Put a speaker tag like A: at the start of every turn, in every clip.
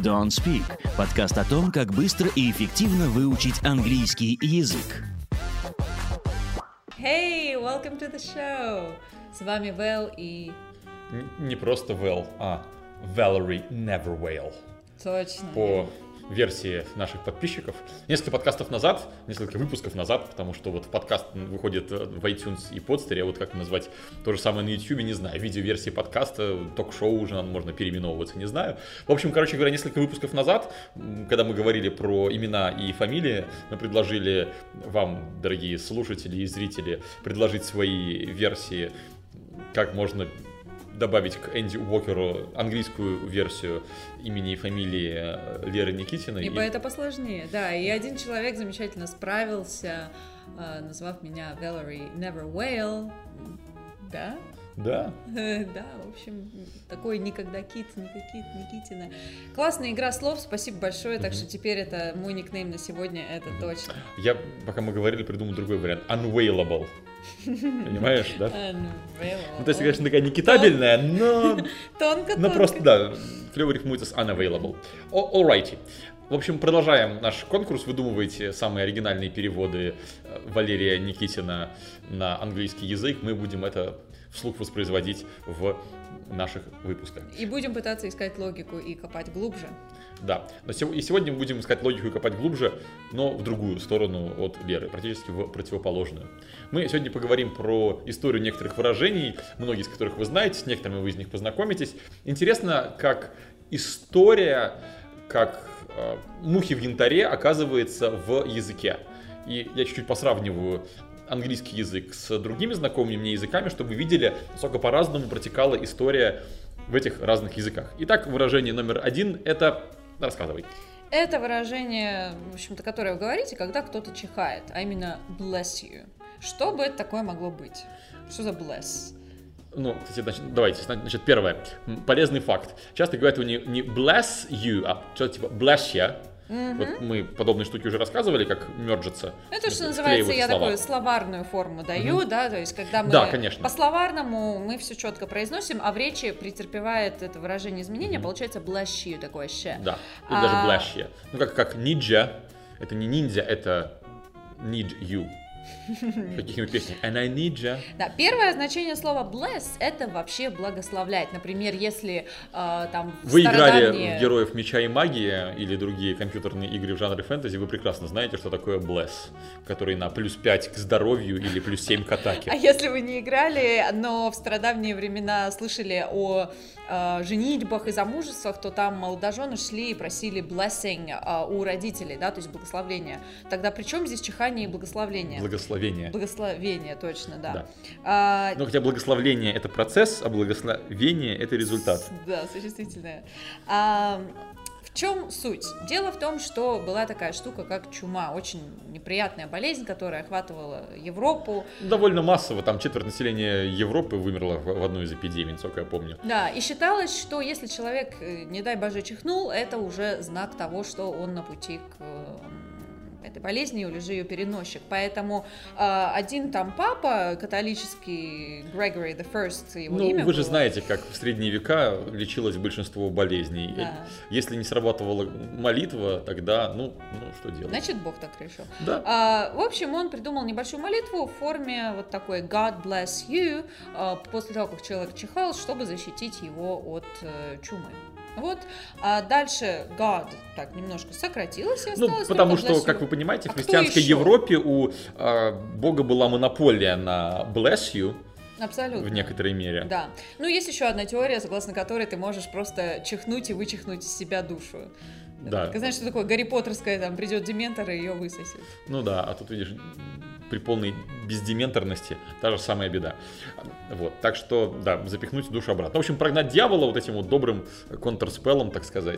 A: Don't Speak – подкаст о том, как быстро и эффективно выучить английский язык.
B: Hey, welcome to the show! С вами Вэл и...
C: Не просто Вэл, а Valerie Neverwhale.
B: Точно.
C: По версии наших подписчиков. Несколько выпусков назад, потому что вот подкаст выходит в iTunes и Podster, а вот как назвать то же самое на YouTube, не знаю. Видеоверсии подкаста, ток-шоу уже можно переименовываться, не знаю. В общем, короче говоря, несколько выпусков назад, когда мы говорили про имена и фамилии, мы предложили вам, дорогие слушатели и зрители, предложить свои версии, как можно добавить к Энди Уокеру английскую версию имени и фамилии Леры Никитиной.
B: Ибо это посложнее, да. И один человек замечательно справился, назвав меня Valerie Neverwhale. Да?
C: Да.
B: Да, в общем, такой никогда Никитина. Классная игра слов, спасибо большое, так что теперь это мой никнейм на сегодня, это точно.
C: Я, пока мы говорили, придумал другой вариант. Unwhalable. Понимаешь, да?
B: Unwhalable.
C: Ну, то есть, конечно, такая некитабельная, но...
B: Тонко.
C: Но просто, да, клево рифмуется с unavailable. Alrighty. В общем, продолжаем наш конкурс. Выдумывайте самые оригинальные переводы Валерия Никитина на английский язык. Мы будем это вслух воспроизводить в наших выпусках.
B: И будем пытаться искать логику и копать глубже.
C: Да, и сегодня мы будем искать логику и копать глубже, но в другую сторону от Леры, практически в противоположную. Мы сегодня поговорим про историю некоторых выражений, многие из которых вы знаете, с некоторыми вы из них познакомитесь. Интересно, как история, как мухи в янтаре оказывается в языке. И я чуть-чуть посравниваю английский язык с другими знакомыми мне языками, чтобы вы видели, насколько по-разному протекала история в этих разных языках. Итак, выражение номер 1 – это… Рассказывай.
B: Это выражение, в общем-то, которое вы говорите, когда кто-то чихает, а именно bless you. Что бы это такое могло быть? Что за bless?
C: Ну, кстати, давайте, значит, первое. Полезный факт. Часто говорят не bless you, а что-то типа bless ya. Вот мы подобные штуки уже рассказывали, как мерджится.
B: Это что называется, я такую словарную форму даю, да, то есть когда мы по словарному мы все четко произносим, а в речи претерпевает это выражение изменения, получается bless you, такое ща.
C: Да, или даже bless you. Ну, как ninja, это не ниндзя, это need you. В каких-нибудь песнях. And I need ya.
B: Да, первое значение слова bless — это вообще благословлять. Например, если там
C: вы играли в Героев Меча и Магии или другие компьютерные игры в жанре фэнтези, вы прекрасно знаете, что такое bless, который на +5 к здоровью или +7 к атаке.
B: А если вы не играли, но в стародавние времена слышали о женитьбах и замужествах, то там молодожены шли и просили blessing у родителей, да, то есть благословение. Тогда при чем здесь чихание и благословение? Благословение, точно, да.
C: Но хотя благословление — это процесс, а благословение — это результат.
B: Да, существительное. В чем суть? Дело в том, что была такая штука, как чума, очень неприятная болезнь, которая охватывала Европу.
C: Довольно массово, там четверть населения Европы вымерло в одной из эпидемий, насколько я помню.
B: Да, и считалось, что если человек, не дай боже, чихнул, это уже знак того, что он на пути к этой болезни или же ее переносчик. Поэтому один там папа католический, Грегори I, его имя
C: вы же
B: было.
C: знаете, как в средние века лечилось большинство болезней.
B: Да.
C: Если не срабатывала молитва, тогда, что делать?
B: Значит, Бог так решил.
C: Да.
B: В общем, он придумал небольшую молитву в форме вот такой God bless you, после того, как человек чихал, чтобы защитить его от чумы. Вот, а дальше God так немножко сократилось и осталось.
C: Потому что, как вы понимаете, в христианской Европе у Бога была монополия на bless you.
B: Абсолютно.
C: В некоторой мере.
B: Да. Ну, есть еще одна теория, согласно которой ты можешь просто чихнуть и вычихнуть из себя душу.
C: Да.
B: Ты знаешь, что такое Гарри Поттерское, там придет дементор и ее высосет.
C: Ну да, а тут видишь, при полной бездементорности та же самая беда. Вот, так что, да, запихнуть душу обратно. В общем, прогнать дьявола вот этим вот добрым контрспеллом, так сказать,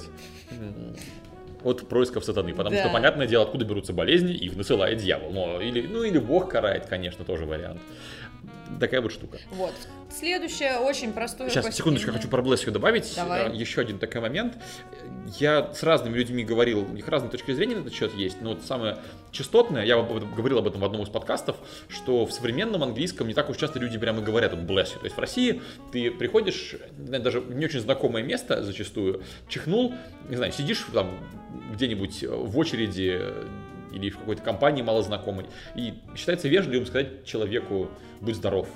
C: от происков сатаны. Потому что, понятное дело, откуда берутся болезни, их насылает дьявол. Или Бог карает, конечно, тоже вариант. Такая вот штука.
B: Вот. Следующее очень простое.
C: Сейчас, секундочку, я хочу про bless you добавить.
B: Давай.
C: Еще один такой момент. Я с разными людьми говорил, у них разные точки зрения на этот счет есть, но вот самое частотное, я говорил об этом в одном из подкастов, что в современном английском не так уж часто люди прямо говорят bless you. То есть в России ты приходишь, даже в не очень знакомое место зачастую, чихнул, не знаю, сидишь там где-нибудь в очереди или в какой-то компании малознакомой, и считается вежливым сказать человеку «будь здоров».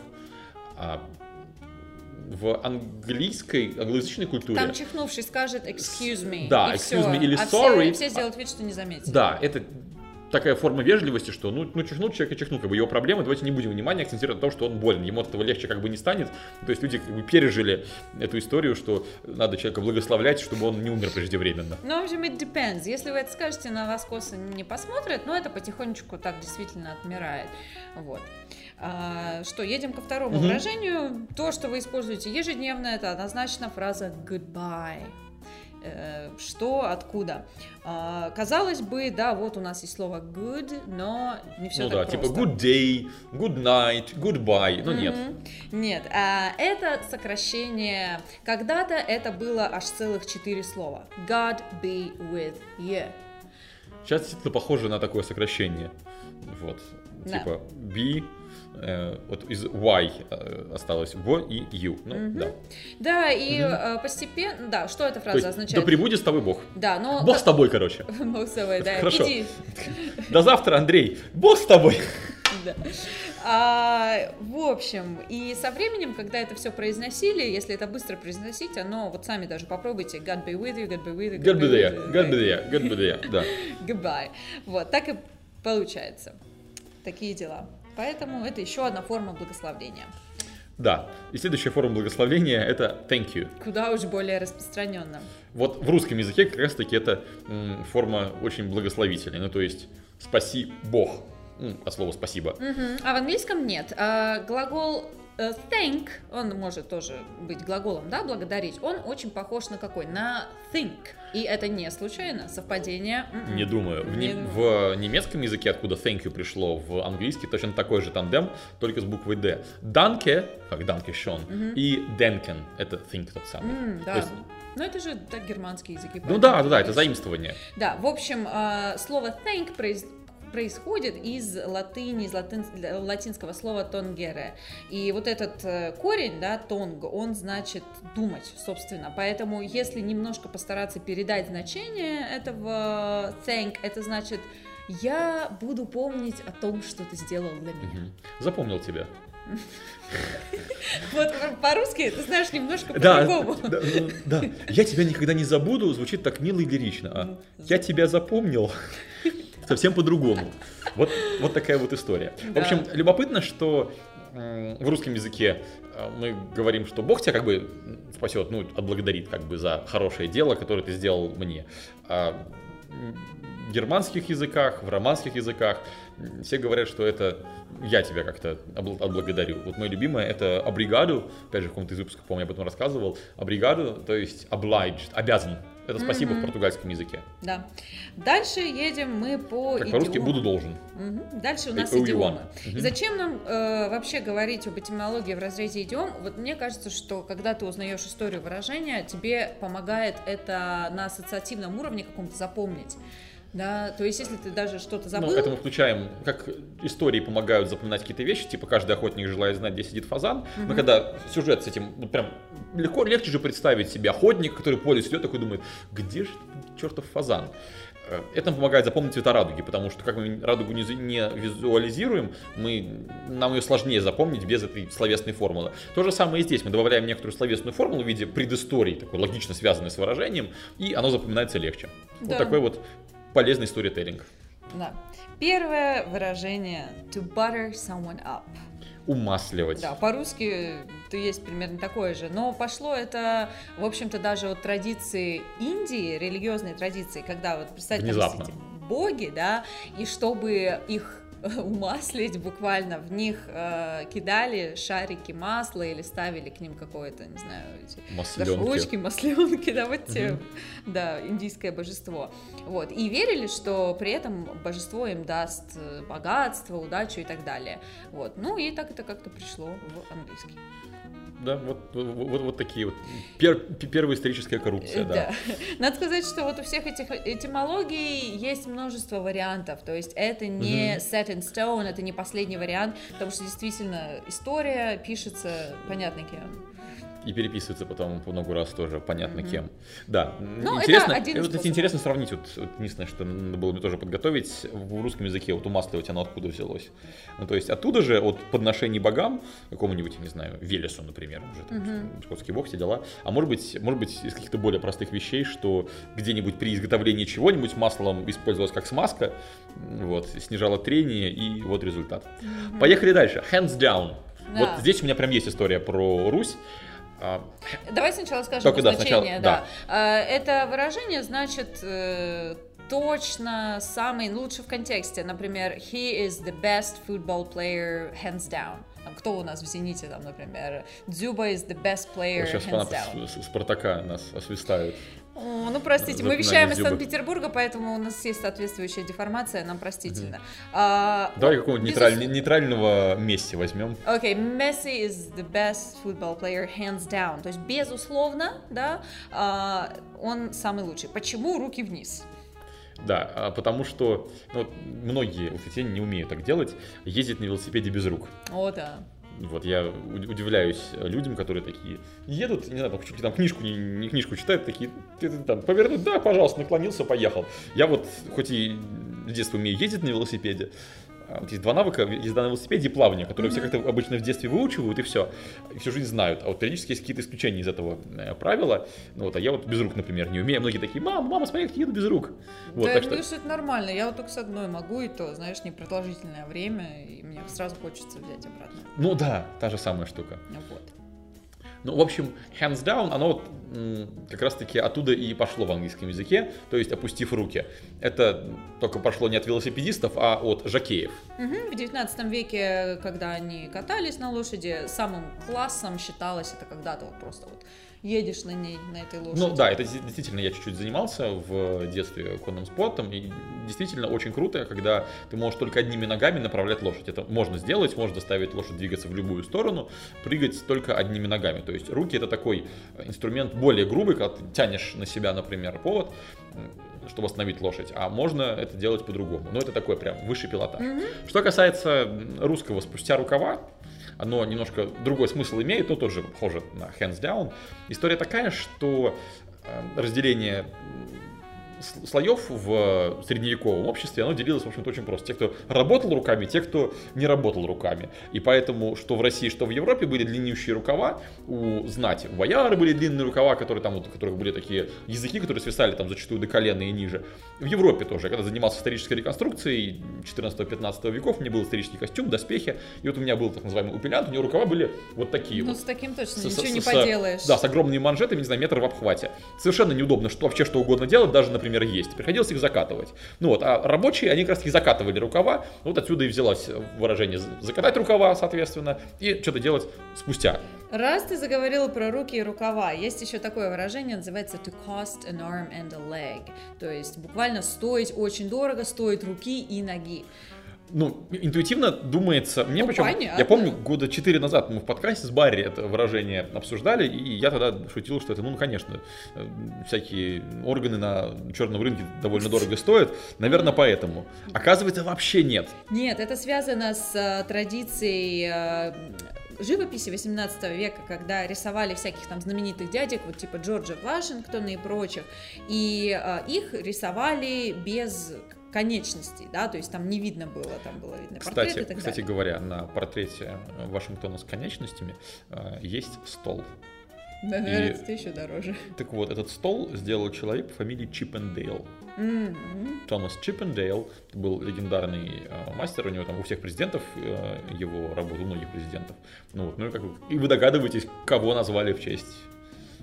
C: В англоязычной культуре...
B: Там чихнувший скажет excuse me.
C: Да, excuse me или sorry.
B: Все сделают вид, что не заметили.
C: Да, это такая форма вежливости, что ну чихнул человек и чихнул, как бы его проблемы, давайте не будем внимания акцентировать на том, что он болен, ему от этого легче как бы не станет. То есть люди как бы пережили эту историю, что надо человека благословлять, чтобы он не умер преждевременно.
B: Ну, в общем, it depends. Если вы это скажете, на вас косо не посмотрят, но это потихонечку так действительно отмирает. Вот. Что, едем ко второму выражению. То, что вы используете ежедневно, это однозначно фраза goodbye. Что, откуда? Казалось бы, да, вот у нас есть слово good, но не все так просто.
C: Типа good day, good night, goodbye, но нет.
B: Нет, это сокращение, когда-то это было аж целых 4 слова. God be with you.
C: Сейчас действительно похоже на такое сокращение. Вот,
B: да.
C: Типа be... вот из Y осталось В и U. Ну, да.
B: Да, и постепенно, да, что эта фраза означает?
C: Да пребудет с тобой Бог.
B: Да, но...
C: Бог с тобой, короче.
B: Бог с тобой, да.
C: Хорошо.
B: Иди.
C: До завтра, Андрей. Бог с тобой.
B: Да. В общем, и со временем, когда это все произносили, если это быстро произносить, оно, вот сами даже попробуйте, God be with you, God be with you,
C: God be there, God be there, God be there, да.
B: Goodbye. Вот, так и получается. Такие дела. Поэтому это еще одна форма благословления.
C: Да, и следующая форма благословления — это thank you.
B: Куда уж более распространенно.
C: Вот в русском языке как раз-таки это форма очень благословительная, ну то есть спаси Бог, от слова спасибо.
B: А в английском нет. Глагол thank, он может тоже быть глаголом, да, благодарить, он очень похож на какой? На think. И это не случайно, совпадение.
C: Не думаю. В немецком языке, откуда thank you пришло, в английский точно такой же тандем, только с буквой D. Danke, как danke schön, и denken, это think тот самый.
B: Да.
C: То есть...
B: Ну это же так германские языки.
C: Ну да, это заимствование.
B: Да, в общем, слово thank происходит из латыни, из латинского слова tongere. И вот этот корень, да, tong, он значит думать, собственно. Поэтому, если немножко постараться передать значение этого thank, это значит я буду помнить о том, что ты сделал для меня.
C: Запомнил тебя.
B: Вот по-русски ты знаешь немножко по-другому.
C: Да. Я тебя никогда не забуду, звучит так мило и лирично. Я тебя запомнил. Совсем по-другому. Вот такая вот история. Да. В общем, любопытно, что в русском языке мы говорим, что Бог тебя как бы спасет, ну, отблагодарит как бы за хорошее дело, которое ты сделал мне. А в германских языках, в романских языках все говорят, что это я тебя как-то отблагодарю. Вот мое любимое — это обригаду, опять же, в каком-то из выпусков, по-моему, я об этом рассказывал. Обригаду, то есть obliged, обязан. Это спасибо в португальском языке.
B: Да. Дальше едем мы по идиому.
C: По-русски буду должен.
B: Дальше у нас идиомы. И зачем нам вообще говорить об этимологии в разрезе идиом? Вот мне кажется, что когда ты узнаешь историю выражения, тебе помогает это на ассоциативном уровне каком-то запомнить. Да, то есть, если ты даже что-то забыл...
C: Ну, это мы включаем, как истории помогают запоминать какие-то вещи, типа каждый охотник желает знать, где сидит фазан. Но когда сюжет с этим, ну, прям легче же представить себе охотник, который по лесу идет, такой думает, где же чертов фазан? Это помогает запомнить цвета радуги, потому что как мы радугу не визуализируем, нам ее сложнее запомнить без этой словесной формулы. То же самое и здесь. Мы добавляем некоторую словесную формулу в виде предыстории, такой логично связанной с выражением, и оно запоминается легче. Да. Вот такой вот полезный сторителлинг.
B: Да. Первое выражение to butter someone up.
C: Умасливать.
B: Да, по-русски то есть примерно такое же. Но пошло это, в общем-то, даже от традиции Индии, религиозной традиции, когда вот, представьте,
C: внезапно
B: боги, да, и чтобы их умаслить буквально. В них кидали шарики масла или ставили к ним какое-то, не знаю, горшочки, масленки, да, вот те, да, индийское божество. Вот. И верили, что при этом божество им даст богатство, удачу и так далее. Вот. Ну и так это как-то пришло в английский.
C: Да, вот такие вот. Первая историческая коррупция, да.
B: Надо сказать, что вот у всех этих этимологий есть множество вариантов. То есть это не set in stone, это не последний вариант, потому что действительно история пишется понятно кем.
C: И переписывается потом по много раз тоже понятно кем. Да.
B: Ну,
C: интересно,
B: это один
C: вот интересно сравнить, вот единственное, что надо было мне тоже подготовить, в русском языке вот умасливать оно откуда взялось. Ну, то есть оттуда же от подношений богам, какому-нибудь, я не знаю, Велесу, например, уже там, скотский бог, все дела, а может быть из каких-то более простых вещей, что где-нибудь при изготовлении чего-нибудь маслом использовалось как смазка, вот, снижало трение, и вот результат. Поехали дальше. Hands down.
B: Да.
C: Вот здесь у меня прям есть история про Русь.
B: Давай сначала скажем значение.
C: Да.
B: Это выражение значит точно самый лучший в контексте. Например, he is the best football player hands down. Кто у нас в «Зените», там, например, Дзюба is the best player
C: сейчас
B: hands down.
C: Спартака нас освистают.
B: Ну, простите, мы вещаем из Санкт-Петербурга, поэтому у нас есть соответствующая деформация, нам простительно.
C: Давай какого-нибудь нейтрального Месси возьмем.
B: Окей, Месси is the best football player hands down. То есть, безусловно, да, он самый лучший. Почему руки вниз?
C: Да, потому что многие уфитяне не умеют так делать, ездят на велосипеде без рук.
B: О, да.
C: Вот я удивляюсь людям, которые такие едут, не знаю, там книжку, не книжку читают, такие, там, повернуть, да, пожалуйста, наклонился, поехал. Я вот, хоть и с детства умею ездить на велосипеде, вот есть два навыка: езда на велосипеде и плавание, которые все как-то обычно в детстве выучивают и все, и всю жизнь знают. А вот периодически есть какие-то исключения из этого правила. Ну, вот, а я вот без рук, например, не умею. Многие такие: мама, смотри, как я еду без рук. Вот,
B: да,
C: так
B: я говорю, что это нормально. Я вот только с одной могу, и то, знаешь, непродолжительное время, и мне сразу хочется взять обратно.
C: Ну да, та же самая штука.
B: Вот.
C: Ну, в общем, hands down, оно вот как раз-таки оттуда и пошло в английском языке, то есть опустив руки. Это только пошло не от велосипедистов, а от жокеев.
B: В 19 веке, когда они катались на лошади, самым классом считалось это когда-то вот просто вот едешь на ней, на этой лошади.
C: Ну да, это действительно я чуть-чуть занимался в детстве конным спортом, и действительно очень круто, когда ты можешь только одними ногами направлять лошадь. Это можно сделать, можно заставить лошадь двигаться в любую сторону, прыгать только одними ногами. То есть руки — это такой инструмент более грубый, когда ты тянешь на себя, например, повод, чтобы остановить лошадь, а можно это делать по-другому. Но это такой прям высший пилотаж. Что касается русского «спустя рукава», оно немножко другой смысл имеет, но тоже похоже на hands down. История такая, что разделение слоев в средневековом обществе, оно делилось, в общем-то, очень просто. Те, кто работал руками, те, кто не работал руками. И поэтому, что в России, что в Европе были длиннющие рукава у знати. У бояры были длинные рукава, которые там, у которых были такие языки, которые свисали там зачастую до колена и ниже. В Европе тоже. Я когда занимался исторической реконструкцией 14-15 веков, мне был исторический костюм, доспехи, и вот у меня был так называемый упелянт, у него рукава были вот такие.
B: Ну,
C: вот.
B: с таким точно ничего не поделаешь.
C: Да, с огромными манжетами, не знаю, метр в обхвате. Совершенно неудобно, что вообще что угодно делать, даже, например, есть. Приходилось их закатывать. Ну вот, а рабочие, они как раз таки закатывали рукава. Вот отсюда и взялось выражение закатать рукава, соответственно, и что-то делать спустя.
B: Раз ты заговорила про руки и рукава, есть еще такое выражение, называется to cost an arm and a leg. То есть буквально стоить очень дорого, стоит руки и ноги.
C: Ну, интуитивно думается, мне причем,
B: понятно.
C: Я помню, года 4 назад мы в подкасте с Барри это выражение обсуждали, и я тогда шутил, что это, ну, конечно, всякие органы на черном рынке довольно дорого стоят, наверное, поэтому. Оказывается, вообще нет.
B: Нет, это связано с традицией живописи 18 века, когда рисовали всяких там знаменитых дядек, вот типа Джорджа Вашингтона и прочих, и их рисовали без конечностей, да, то есть там не видно было, там было видно портрет и так далее.
C: Кстати говоря, на портрете Вашингтона с конечностями есть стол.
B: Наверное, это еще дороже.
C: Так вот, этот стол сделал человек по фамилии Чиппендейл. Томас Чиппендейл был легендарный мастер, у него там у всех президентов его работа, у многих президентов. Ну, вот, ну и, как бы, и вы догадываетесь, кого назвали в честь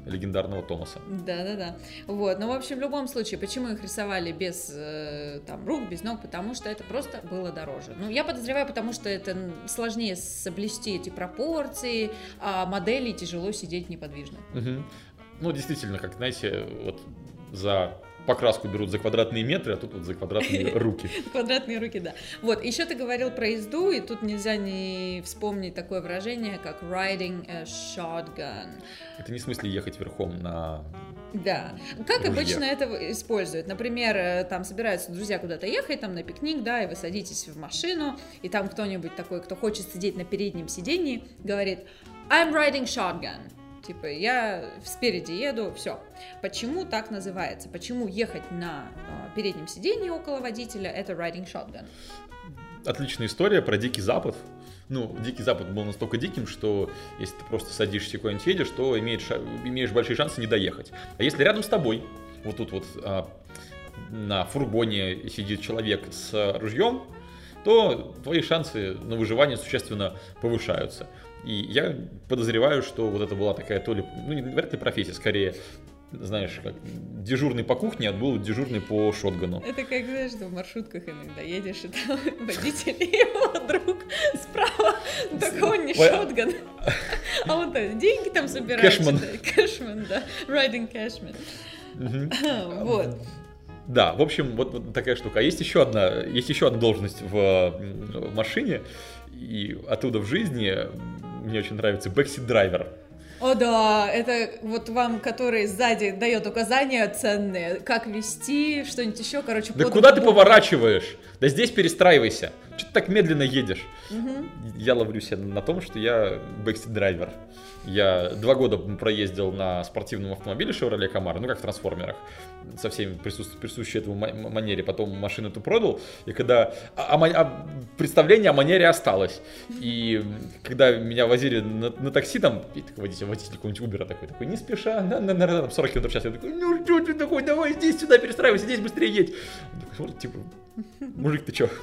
C: легендарного Томаса.
B: Да. Вот, ну, в общем, в любом случае, почему их рисовали без там рук, без ног? Потому что это просто было дороже. Ну, я подозреваю, потому что это сложнее соблюсти эти пропорции, а модели тяжело сидеть неподвижно.
C: Угу. Ну, действительно, как, знаете, вот за покраску берут за квадратные метры, а тут вот за квадратные руки.
B: Квадратные руки, да. Вот, еще ты говорил про езду, и тут нельзя не вспомнить такое выражение, как riding a shotgun.
C: Это не в смысле ехать верхом на...
B: Да. Как
C: ружье.
B: обычно это используют? Например, там собираются друзья куда-то ехать, там на пикник, да, и вы садитесь в машину, и там кто-нибудь такой, кто хочет сидеть на переднем сидении, говорит I'm riding shotgun. Типа, я спереди еду, все. Почему так называется? Почему ехать на переднем сидении около водителя — это riding shotgun?
C: Отличная история про Дикий Запад. Ну, Дикий Запад был настолько диким, что если ты просто садишься и куда-нибудь едешь, то имеешь большие шансы не доехать. А если рядом с тобой, вот тут вот на фургоне сидит человек с ружьем, то твои шансы на выживание существенно повышаются. И я подозреваю, что вот это была такая то ли, ну, вряд ли профессия, скорее, знаешь, как дежурный по кухне, а был дежурный по шотгану.
B: Это как, знаешь, в маршрутках иногда едешь, и там водитель и его друг справа, так он не шотган, а он деньги там собирает.
C: Кэшмен.
B: Кэшмен, да, riding cashman. Вот.
C: Да, в общем, вот такая штука. А есть еще одна должность в машине, и оттуда в жизни мне очень нравится бэксит-драйвер.
B: О да, это вот вам, который сзади дает указания ценные, как вести, что-нибудь еще, короче.
C: Да куда ты поворачиваешь? Да здесь перестраивайся. Что ты так медленно едешь?
B: Угу.
C: Я ловлю себя на том, что я бэксит-драйвер. Я 2 года проездил на спортивном автомобиле Chevrolet Camaro, ну как в трансформерах, со всеми присущей этому манере. Потом машину эту продал, и когда представление о манере осталось. И когда меня возили на такси, там водитель какого-нибудь Uber такой, не спеша, на 40 км в час. Я такой, ну что ты такой, давай здесь сюда перестраивайся, здесь быстрее едь. Такой, типа, мужик, ты чё?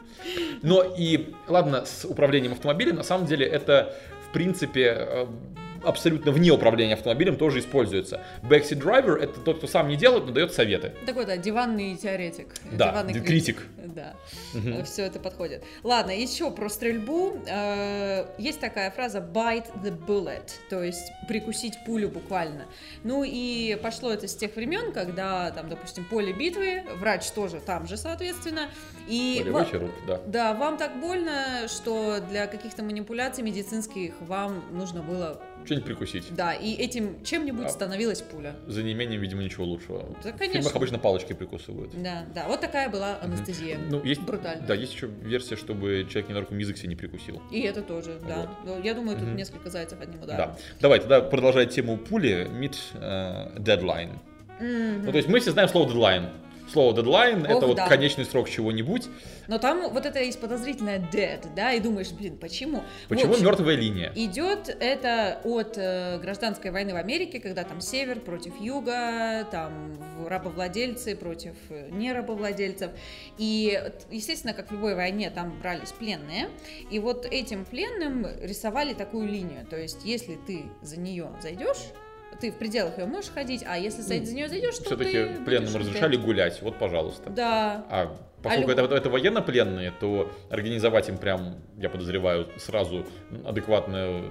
C: Но и, ладно, с управлением автомобилем, на самом деле это, в принципе, абсолютно вне управления автомобилем тоже используется. Backseat driver — это тот, кто сам не делает, но дает советы.
B: Такой, да, диванный теоретик.
C: Да,
B: диванный
C: критик.
B: Да, все это подходит. Ладно, еще про стрельбу. Есть такая фраза bite the bullet, то есть прикусить пулю буквально. Ну и пошло это с тех времен, когда там, допустим, поле битвы, врач тоже там же, соответственно. И
C: полевой хирург, да.
B: Да, вам так больно, что для каких-то манипуляций медицинских вам нужно было
C: что-нибудь прикусить.
B: Да, и этим чем-нибудь становилась пуля.
C: За неимением, видимо, ничего лучшего.
B: Да,
C: в
B: конечно.
C: фильмах обычно палочкой прикусывают.
B: Да, вот такая была анестезия.
C: Ну, есть,
B: брутально.
C: Да, есть еще версия, чтобы человек ненароком язык себе не прикусил.
B: И это тоже, да.
C: Вот.
B: Я думаю, тут несколько зайцев одним ударом.
C: Да. Давай тогда продолжая тему пули, meet deadline. Ну, то есть мы все знаем слово deadline. Слово deadline — это вот конечный срок чего-нибудь.
B: Но там вот это есть подозрительное dead, да, и думаешь, блин, почему?
C: Почему мертвая линия?
B: Идет это от гражданской войны в Америке, когда там север против юга, там рабовладельцы против нерабовладельцев. И, естественно, как в любой войне, там брались пленные. И вот этим пленным рисовали такую линию. То есть, если ты за нее зайдешь, ты в пределах ее можешь ходить, а если за нее зайдешь, то
C: все-таки пленным разрешали гулять, вот, пожалуйста.
B: Да.
C: А поскольку это военнопленные, то организовать им прям, я подозреваю, сразу адекватное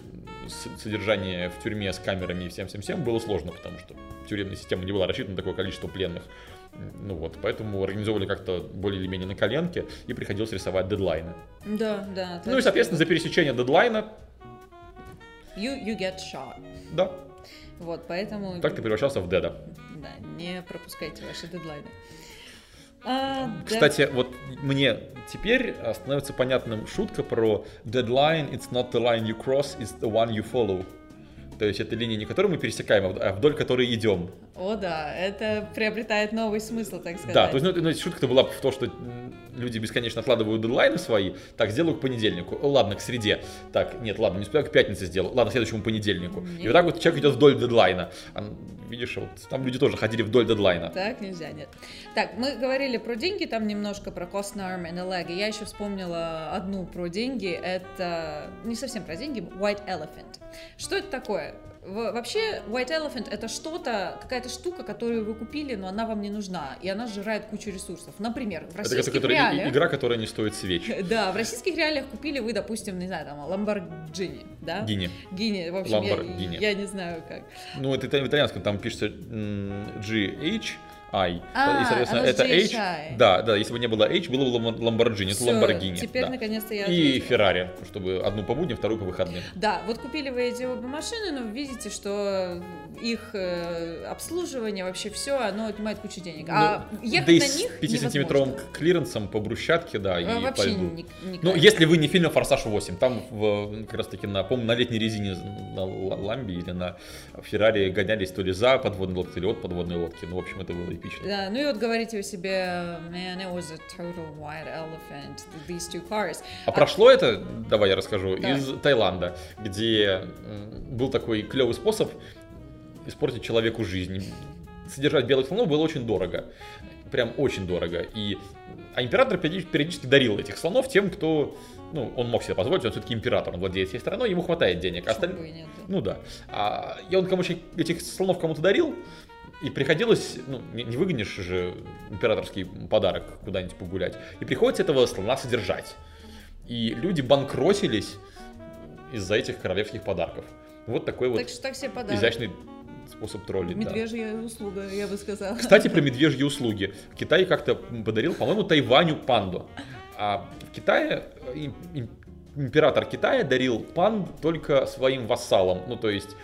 C: содержание в тюрьме с камерами и всем было сложно, потому что тюремная система не была рассчитана на такое количество пленных. Ну вот, поэтому организовывали как-то более или менее на коленке, и приходилось рисовать дедлайны.
B: Да, да.
C: Ну и, соответственно, за пересечение дедлайна
B: you get shot.
C: Да.
B: Вот, поэтому...
C: Так ты превращался в деда.
B: Да, не пропускайте ваши дедлайны.
C: Кстати, вот мне теперь становится понятным шутка про deadline, it's not the line you cross, it's the one you follow. То есть это линия, не которую мы пересекаем, а вдоль которой идем.
B: О, да, это приобретает новый смысл, так сказать.
C: Да, то есть шутка-то была в то, что люди бесконечно откладывают дедлайны свои. Так, сделаю к понедельнику. Ладно, к среде. Так, нет, ладно, не успею, к пятнице сделаю. Ладно, к следующему понедельнику. Нет. И вот так вот человек идет вдоль дедлайна. Видишь, вот там люди тоже ходили вдоль дедлайна.
B: Так нельзя, нет. Так, мы говорили про деньги, там немножко про cost, arm and a leg. Я еще вспомнила одну про деньги. Это не совсем про деньги, white elephant. Что это такое? Вообще, White Elephant — это что-то, какая-то штука, которую вы купили, но она вам не нужна, и она сжирает кучу ресурсов. Например, в российских реалиях...
C: Игра, которая не стоит свеч.
B: Да, в российских реалиях купили вы, допустим, не знаю, там, Lamborghini, да?
C: Гини.
B: В общем,
C: я
B: не знаю как.
C: Ну, это в итальянском, там пишется GH. I.
B: И,
C: соответственно, это H. Да, если бы не было H, было бы Lamborghini, это Lamborghini.
B: Теперь, наконец-то, я
C: И Ferrari, чтобы одну по будням, вторую по выходным.
B: Да, вот купили вы эти обе машины, но видите, что их обслуживание, вообще все, оно отнимает кучу денег. А ехать на них
C: 5-сантиметровым клиренсом по брусчатке, да, и по льду. Ну,
B: никак.
C: если вы не фильм «Форсаж 8», там как раз таки, по-моему, на летней резине на Ламбе или на Феррари гонялись то ли за подводной лодкой, или от подводной лодки. Ну, в общем, это было эпично.
B: Да, ну и вот говорите вы себе, man, it was a total white elephant, these two cars.
C: А прошло это, давай я расскажу,
B: Да.
C: из Таиланда, где был такой клевый способ испортить человеку жизнь. Содержать белых слонов было очень дорого. Прям очень дорого. А император периодически дарил этих слонов тем, кто... Ну, он мог себе позволить, он все-таки император, он владеет всей страной, ему хватает денег.
B: Почему бы и нет, да.
C: Ну да. И он этих слонов кому-то дарил, и приходилось, ну, не выгонишь же императорский подарок куда-нибудь погулять. И приходится этого слона содержать. И люди банкротились из-за этих королевских подарков. Вот такой вот
B: Так себе подарок.
C: изящный способ троллить.
B: Медвежья услуга, я бы сказала.
C: Кстати, про медвежьи услуги. Китай как-то подарил, по-моему, Тайваню панду. А в Китае император Китая дарил панд только своим вассалам. Ну, то есть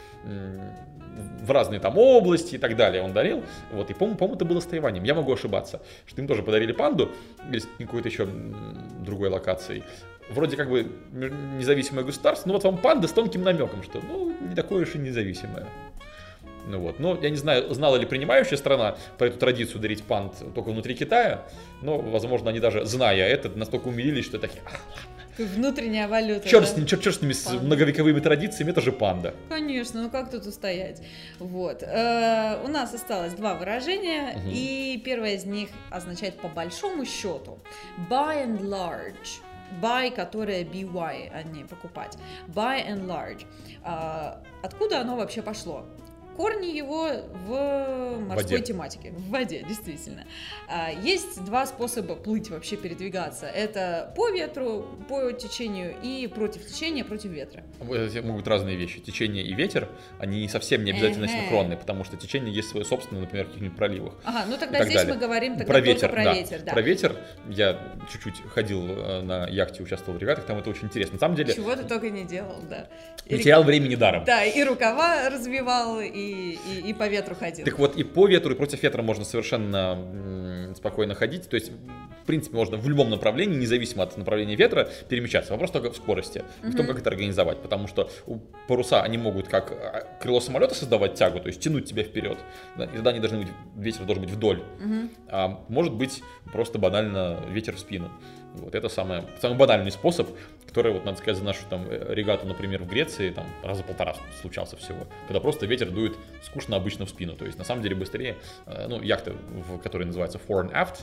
C: в разные там области и так далее он дарил. Вот, и, по-моему, это было с Тайванем. Я могу ошибаться, что им тоже подарили панду или с какой-то еще другой локацией. Вроде как бы независимое государство, но вот вам панда с тонким намеком, что ну не такое уж и независимое. Ну вот, но я не знаю, знала ли принимающая страна про эту традицию дарить панд только внутри Китая, но, возможно, они даже, зная это, настолько умилились, что такие,
B: Внутренняя валюта.
C: черт
B: да?
C: с ними, с многовековыми традициями, это же панда.
B: Конечно, ну как тут устоять? Вот. У нас осталось два выражения, и первое из них означает по большому счету. By and large. Buy, которое BY, а не покупать. By and large. Откуда оно вообще пошло? Корни его в морской тематике, в воде, действительно. Есть два способа плыть, вообще передвигаться. Это по ветру, по течению и против течения, против ветра.
C: Это могут быть разные вещи. Течение и ветер, они совсем не обязательно синхронны, потому что течение есть свое собственное, например, в каких-нибудь проливах.
B: Ага, ну тогда здесь мы говорим
C: про ветер,
B: только про ветер. Да.
C: Про ветер я чуть-чуть ходил на яхте, участвовал в регатах, там это очень интересно. На самом деле...
B: Чего ты только не делал, да.
C: Не терял времени даром.
B: Да, и рукава развивал, и по ветру ходил.
C: Так вот, и по ветру, и против ветра можно совершенно спокойно ходить. То есть, в принципе, можно в любом направлении, независимо от направления ветра, перемещаться. Вопрос только в скорости, в том, как это организовать. Потому что паруса, они могут как крыло самолета создавать тягу, то есть тянуть тебя вперед. Да, и тогда они должны быть, ветер должен быть вдоль. А может быть просто банально ветер в спину. Вот это самый банальный способ, который, вот, надо сказать, за нашу там регату, например, в Греции, там раза полтора случался всего, когда просто ветер дует скучно обычно в спину. То есть, на самом деле, быстрее, ну, яхта, которая называется fore and aft,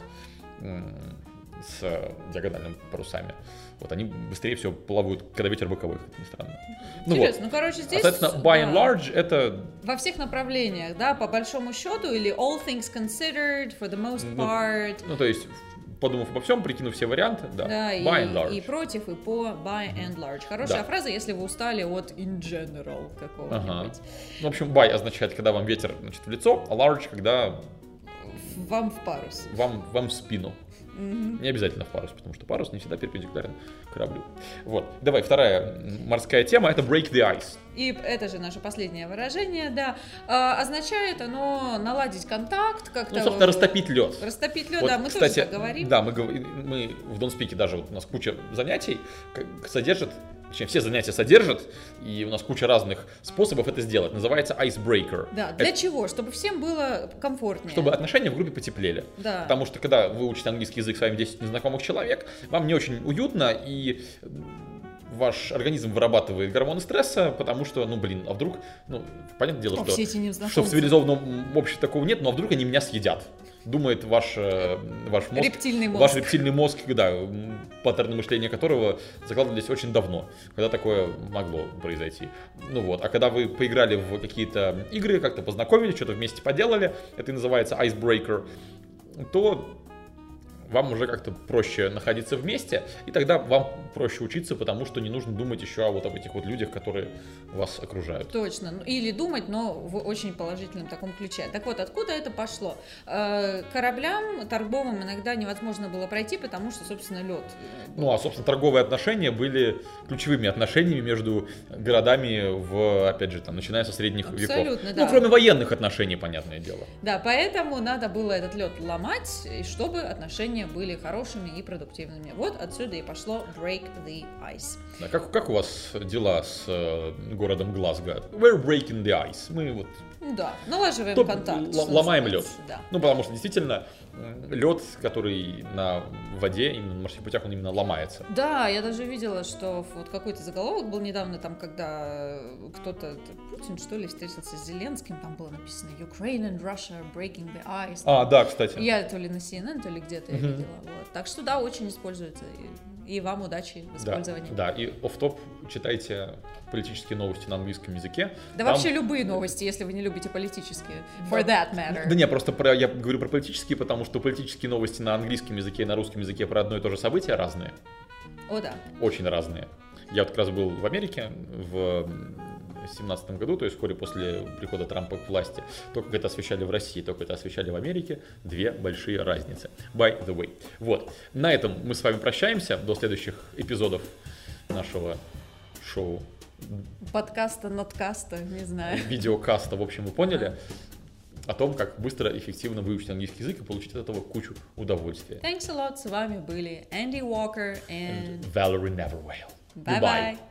C: с диагональными парусами, вот, они быстрее всего плавают, когда ветер боковой, как ни странно.
B: Интересно, ну, короче, здесь...
C: Соответственно, by and large, это...
B: Во всех направлениях, да, по большому счету, или all things considered, for the most part.
C: Ну, то есть... Подумав обо всем, прикинув все варианты, да, by and large.
B: И против, и по by and large. Хорошая фраза, если вы устали от in general какого-нибудь.
C: Ну, в общем, by означает, когда вам ветер, значит, в лицо, а large, когда...
B: Вам в парус.
C: Вам в спину. Не обязательно в парус, потому что парус не всегда перпендикулярен кораблю. Вот. Давай, вторая морская тема, это break the ice.
B: И это же наше последнее выражение, да. Означает оно наладить контакт, как-то...
C: Ну, собственно, растопить лед.
B: Растопить лед,
C: вот,
B: да, мы
C: кстати,
B: тоже так говорим.
C: Да, мы в Донспике даже, вот у нас куча занятий содержит, точнее, все занятия содержат, и у нас куча разных способов это сделать. Называется icebreaker.
B: Да, для чего? Чтобы всем было комфортнее.
C: Чтобы отношения в группе потеплели.
B: Да.
C: Потому что, когда вы учите английский язык с вами 10 незнакомых человек, вам не очень уютно, и ваш организм вырабатывает гормоны стресса, потому что, а вдруг, понятное дело, что в цивилизованном обществе такого нет, но а вдруг они меня съедят. думает ваш мозг.
B: Рептильный мозг.
C: Ваш рептильный мозг, да, паттерны мышления которого закладывались очень давно, когда такое могло произойти. Ну вот, а когда вы поиграли в какие-то игры, как-то познакомились, что-то вместе поделали, это и называется icebreaker, то вам уже как-то проще находиться вместе, и тогда вам проще учиться, потому что не нужно думать еще об этих вот людях, которые вас окружают.
B: Точно. Или думать, но в очень положительном таком ключе. Так вот, откуда это пошло? Кораблям торговым иногда невозможно было пройти, потому что, собственно, лед.
C: Ну, а, собственно, торговые отношения были ключевыми отношениями между городами, опять же, начиная со средних веков.
B: Абсолютно, да.
C: Ну, кроме военных отношений, понятное дело.
B: Да, поэтому надо было этот лед ломать, и чтобы отношения были хорошими и продуктивными. Вот отсюда и пошло break the ice.
C: Да, как у вас дела с городом Глазго? We're breaking the ice. Мы вот...
B: Да, налаживаем контакт.
C: Ломаем лед.
B: Да.
C: Ну, потому что действительно лед, который на воде, именно на морских путях, он именно ломается.
B: Да, я даже видела, что вот какой-то заголовок был недавно, там, когда кто-то, Путин, что ли, встретился с Зеленским, там было написано Ukraine and Russia breaking the ice.
C: А, да, кстати.
B: Я то ли на CNN, то ли где-то я видела. Вот. Так что да, очень используется. И вам удачи в использовании.
C: Да, и офф-топ читайте политические новости на английском языке.
B: Да там... вообще любые новости, если вы не любите политические. For that matter.
C: Да не, просто я говорю про политические, потому что политические новости на английском языке и на русском языке про одно и то же событие разные.
B: О, да.
C: Очень разные. Я вот как раз был в Америке в 2017 году, то есть вскоре после прихода Трампа к власти. То, как это освещали в России, то, как это освещали в Америке, две большие разницы. By the way. Вот. На этом мы с вами прощаемся до следующих эпизодов нашего шоу.
B: Подкаста, надкаста, не знаю.
C: Видеокаста, в общем, вы поняли. О том, как быстро и эффективно выучить английский язык и получить от этого кучу удовольствия.
B: Thanks a lot. С вами были Andy Walker and
C: Valerie Neverwhale.
B: Bye-bye.